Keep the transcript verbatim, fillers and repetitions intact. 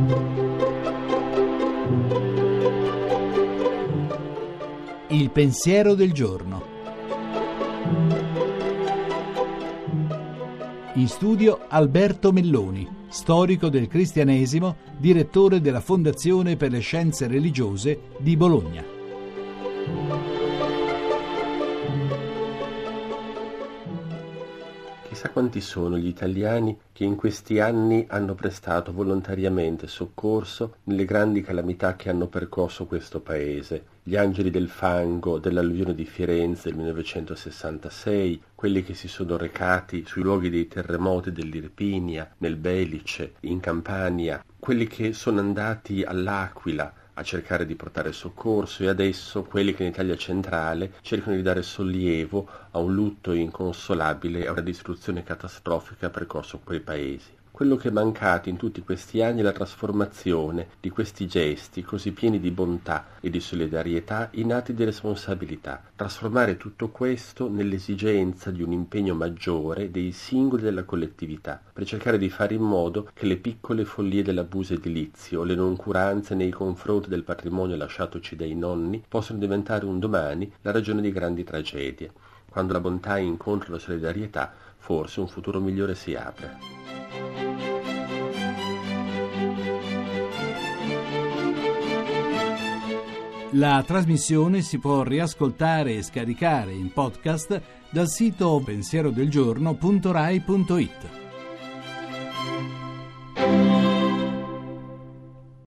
Il pensiero del giorno. In studio Alberto Melloni, storico del cristianesimo, direttore della Fondazione per le Scienze Religiose di Bologna. Chissà quanti sono gli italiani che in questi anni hanno prestato volontariamente soccorso nelle grandi calamità che hanno percorso questo paese. Gli angeli del fango dell'alluvione di Firenze del millenovecentosessantasei, quelli che si sono recati sui luoghi dei terremoti dell'Irpinia, nel Belice, in Campania, quelli che sono andati all'Aquila a cercare di portare soccorso, e adesso quelli che in Italia centrale cercano di dare sollievo a un lutto inconsolabile e a una distruzione catastrofica percorso quei paesi. Quello che è mancato in tutti questi anni è la trasformazione di questi gesti così pieni di bontà e di solidarietà in atti di responsabilità. Trasformare tutto questo nell'esigenza di un impegno maggiore dei singoli e della collettività, per cercare di fare in modo che le piccole follie dell'abuso edilizio o le noncuranze nei confronti del patrimonio lasciatoci dai nonni possano diventare un domani la ragione di grandi tragedie. Quando la bontà incontra la solidarietà, forse un futuro migliore si apre. La trasmissione si può riascoltare e scaricare in podcast dal sito pensierodelgiorno punto rai punto it.